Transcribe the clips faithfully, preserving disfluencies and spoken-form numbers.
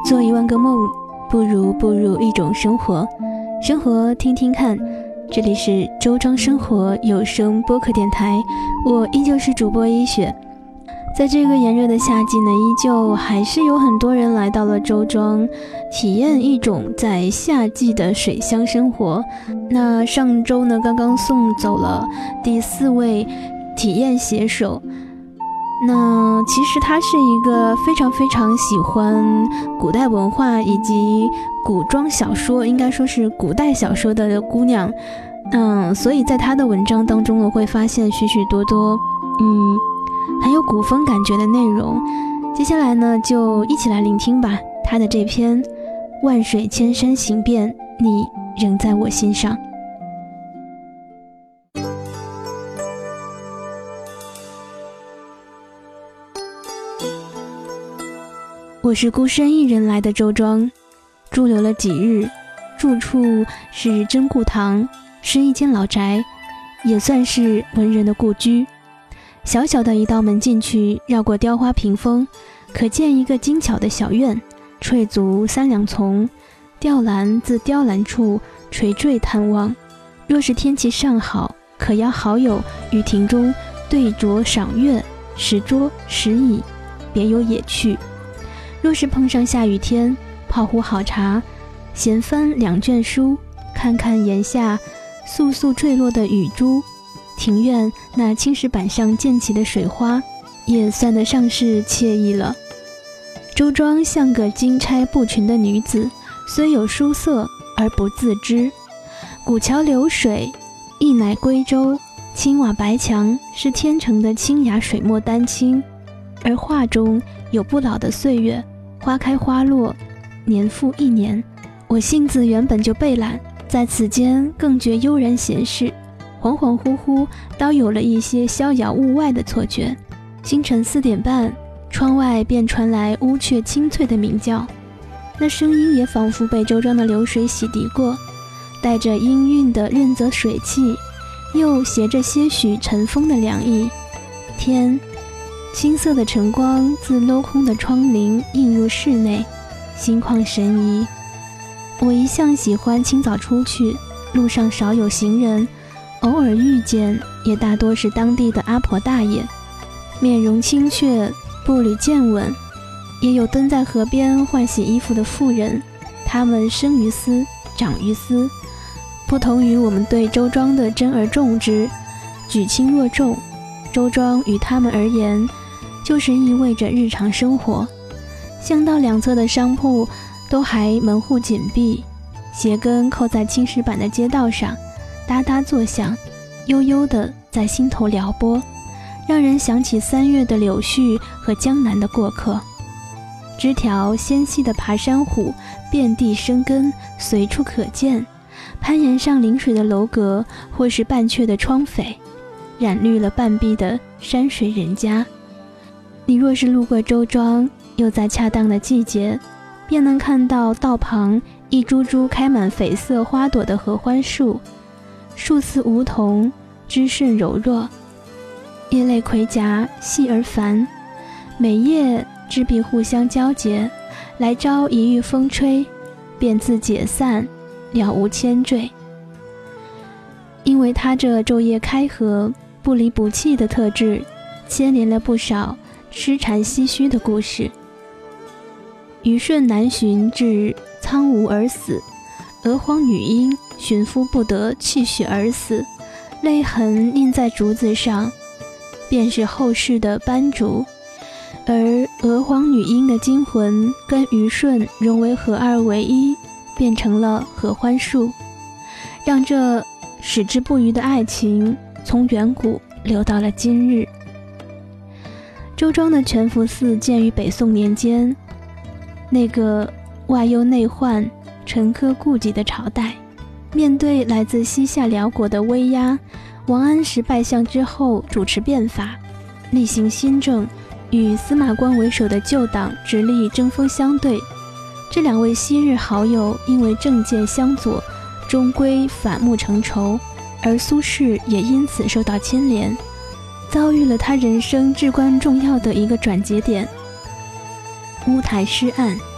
做一万个梦，不如步入一种生活。生活听听看，这里是周庄生活有声播客电台，我依旧是主播一雪。在这个炎热的夏季呢，依旧还是有很多人来到了周庄，体验一种在夏季的水乡生活。那上周呢，刚刚送走了第四位体验写手。那其实她是一个非常非常喜欢古代文化以及古装小说，应该说是古代小说的姑娘。嗯，所以在她的文章当中呢，会发现许许多多嗯很有古风感觉的内容。接下来呢，就一起来聆听吧，她的这篇《万水千山行遍，你仍在我心上》。我是孤身一人来的周庄，驻留了几日，住处是真故堂，是一间老宅，也算是文人的故居。小小的一道门进去，绕过雕花屏风，可见一个精巧的小院，翠竹三两丛，吊兰自雕栏处垂坠探望。若是天气尚好，可邀好友于庭中对酌赏月，石桌石椅，别有野趣。若是碰上下雨天，泡壶好茶，闲翻两卷书，看看檐下簌簌坠落的雨珠，庭院那青石板上溅起的水花，也算得上是惬意了。周庄像个金钗布裙的女子，虽有疏色而不自知。古桥流水，一乃归舟，青瓦白墙是天成的清雅水墨丹青，而画中有不老的岁月，花开花落，年复一年。我性子原本就背懒，在此间更觉悠然闲适，恍恍惚惚倒有了一些逍遥物外的错觉。清晨四点半，窗外便传来乌鹊清脆的鸣叫，那声音也仿佛被周庄的流水洗涤过，带着氤氲的润泽水汽，又携着些许晨风的凉意。天青色的晨光自镂空的窗棂映入室内，心旷神怡。我一向喜欢清早出去，路上少有行人，偶尔遇见也大多是当地的阿婆大爷，面容清确，步履健稳。也有蹲在河边换洗衣服的妇人，他们生于斯，长于斯，不同于我们对周庄的珍而重之，举轻若重。周庄于他们而言，就是意味着日常生活。巷道两侧的商铺都还门户紧闭，鞋跟扣在青石板的街道上，哒哒作响，悠悠地在心头撩拨，让人想起三月的柳絮和江南的过客。枝条纤细的爬山虎遍地生根，随处可见，攀岩上临水的楼阁，或是半阙的窗扉，染绿了半壁的山水人家。你若是路过周庄，又在恰当的季节，便能看到道旁一株株开满绯色花朵的合欢树，树似梧桐，枝顺柔弱，叶类葵夹细而繁，每叶枝壁互相交结，来招一遇风吹，便自解散，了无牵缀。因为它这昼夜开合，不离不弃的特质，牵连了不少痴缠唏嘘的故事。虞舜南巡至苍梧而死，娥皇女英寻夫不得，泣血而死，泪痕印在竹子上，便是后世的斑竹。而娥皇女英的精魂跟虞舜融为合二为一，变成了合欢树，让这矢志不渝的爱情从远古流到了今日。周庄的全福寺建于北宋年间，那个外忧内患、沉疴痼疾的朝代，面对来自西夏辽国的威压，王安石拜相之后主持变法，厉行新政，与司马光为首的旧党直隶针锋相对。这两位昔日好友因为政见相左，终归反目成仇，而苏轼也因此受到牵连，遭遇了他人生至关重要的一个转折点。乌台诗案，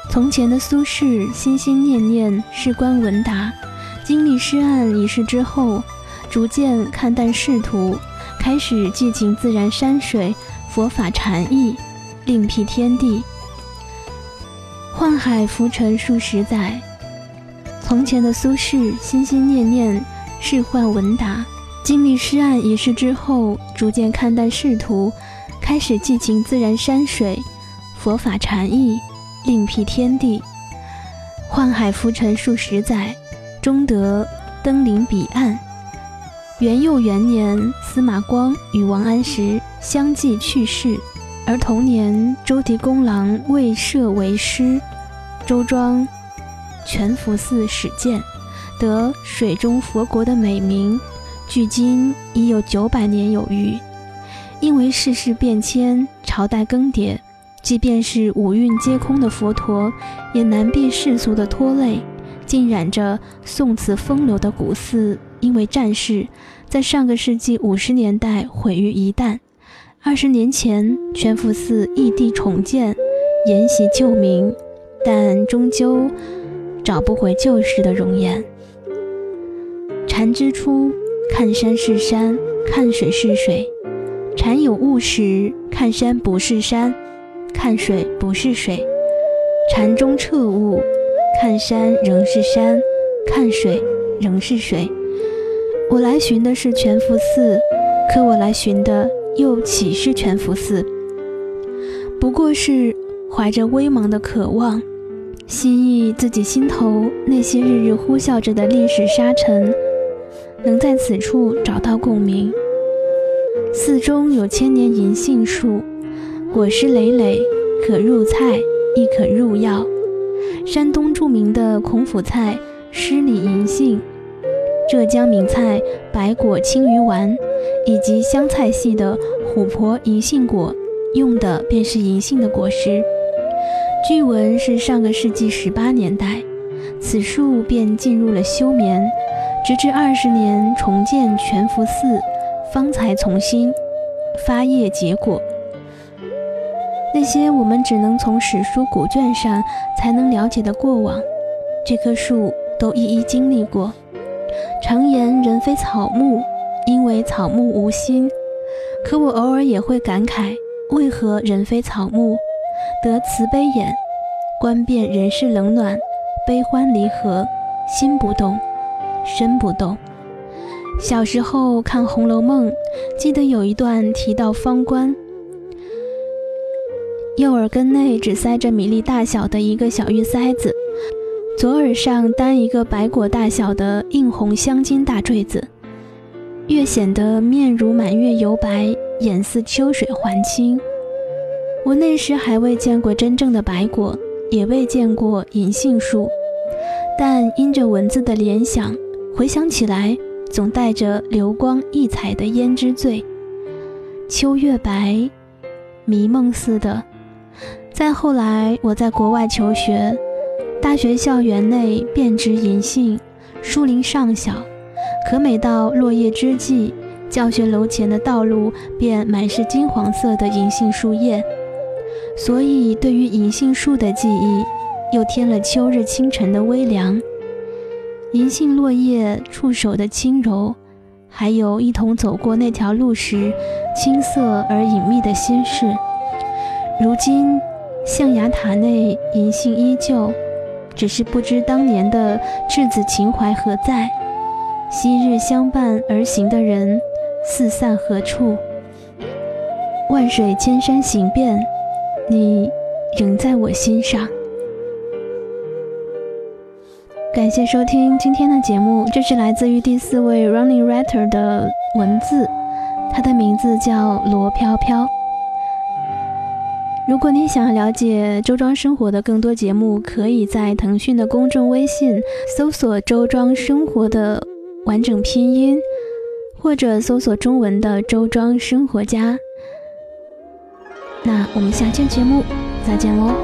从前的苏轼心心念念仕官文达，经历诗案一事之后，逐渐看淡仕途，开始寄情自然山水、佛法禅意，另辟天地。宦海浮沉数十载，从前的苏轼心心念念仕宦文达，经历诗案一事之后，逐渐看淡仕途，开始寄情自然山水、佛法禅意，另辟天地。宦海浮沉数十载，终得登临彼岸。元佑元年，司马光与王安石相继去世，而同年周狄公郎魏涉为师，周庄全福寺始建，得水中佛国的美名，距今已有九百年有余。因为世事变迁，朝代更迭，即便是五蕴皆空的佛陀，也难避世俗的拖累。浸染着宋词风流的古寺，因为战事，在上个世纪五十年代毁于一旦。二十年前，全福寺异地重建，沿袭旧名，但终究找不回旧时的容颜。禅之初，看山是山，看水是水；禅有悟时，看山不是山，看水不是水；禅中彻悟，看山仍是山，看水仍是水。我来寻的是全福寺，可我来寻的又岂是全福寺？不过是怀着微茫的渴望，希冀自己心头那些日日呼啸着的历史沙尘，能在此处找到共鸣。寺中有千年银杏树，果实累累，可入菜，亦可入药。山东著名的孔府菜狮里银杏，浙江名菜白果青鱼丸，以及湘菜系的琥珀银杏果，用的便是银杏的果实。据闻是上个世纪十八年代，此树便进入了休眠，直至二十年重建全福寺，方才重新发叶结果。那些我们只能从史书古卷上才能了解的过往，这棵树都一一经历过。常言人非草木，因为草木无心。可我偶尔也会感慨，为何人非草木，得慈悲眼，观遍人世冷暖，悲欢离合，心不动，身不动。小时候看《红楼梦》，记得有一段提到方官，右耳根内只塞着米粒大小的一个小玉塞子，左耳上担一个白果大小的映红镶金大坠子，越显得面如满月油白，眼似秋水还清。我那时还未见过真正的白果，也未见过银杏树，但因着文字的联想，回想起来总带着流光溢彩的胭脂醉。秋月白，迷梦似的。再后来我在国外求学，大学校园内遍植银杏，树龄尚小，可每到落叶之际，教学楼前的道路便满是金黄色的银杏树叶。所以对于银杏树的记忆，又添了秋日清晨的微凉，银杏落叶触手的轻柔，还有一同走过那条路时青涩而隐秘的心事。如今象牙塔内银杏依旧，只是不知当年的稚子情怀何在，昔日相伴而行的人四散何处？万水千山行遍，你仍在我心上。感谢收听今天的节目，这是来自于第四位 Running Writer 的文字，他的名字叫罗飘飘。如果你想了解周庄生活的更多节目，可以在腾讯的公众微信搜索周庄生活的完整拼音，或者搜索中文的周庄生活家。那我们下期节目再见喽。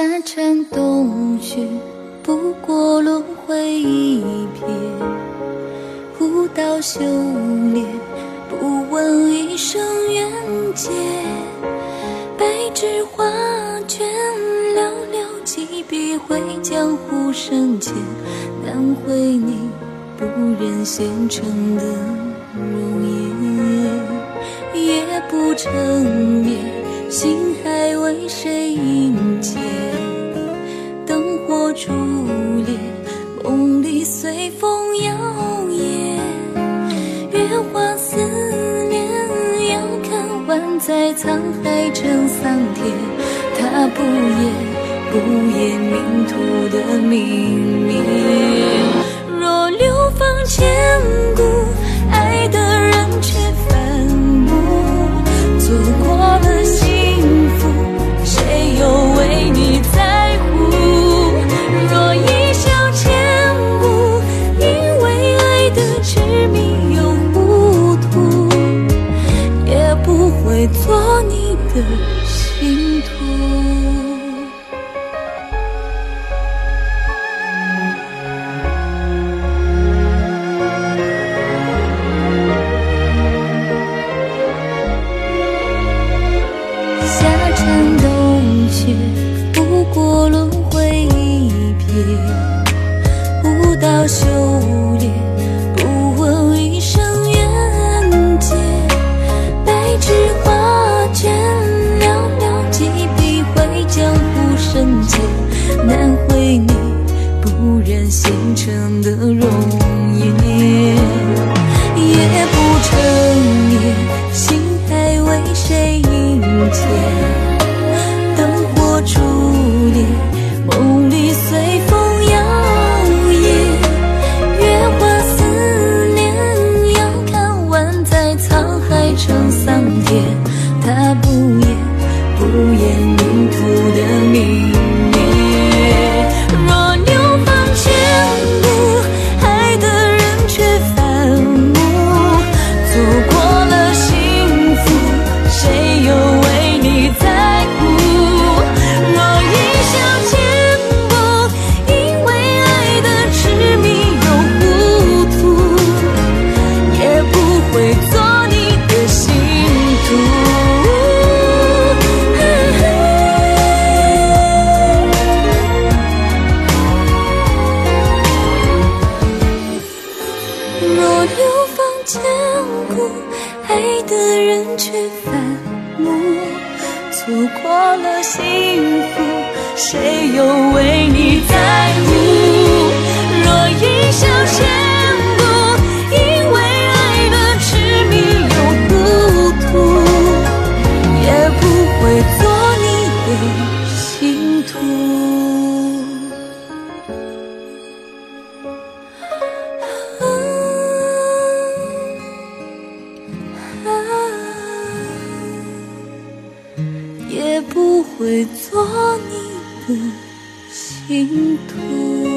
夏蝉冬雪，不过轮回一瞥。舞蹈修炼，不问一生缘劫。白纸画卷，寥寥几笔绘江湖深浅。难绘你不忍纤尘的容颜，夜不成眠，心还为谁萦结？灯火烛烈，梦里随风摇曳。月华思念，遥看万载沧海成桑田。他不言不言命途的泯灭。若流芳千古，爱的人却反目。错过了幸福，谁又为你在乎？若一笑千古，因为爱的痴迷又糊涂，也不会做你的信徒。不过轮回一瞥，舞蹈修炼，不问一生缘劫。白纸画卷，寥寥几笔绘江湖深浅。难绘你不染纤尘的容颜，夜不成眠，心还为谁萦结？烛烈，梦里随风摇曳。月华思念，遥看万载沧海成桑田。他不言不言命途的泯灭。若流芳千古，爱的人却反目。错过了幸福，谁又为你在乎？千古，爱的人却反目。错过了幸福，谁又为你在乎？若一笑千古，因为爱的痴迷又糊涂，也不会做你的信徒。也不会做你的信徒。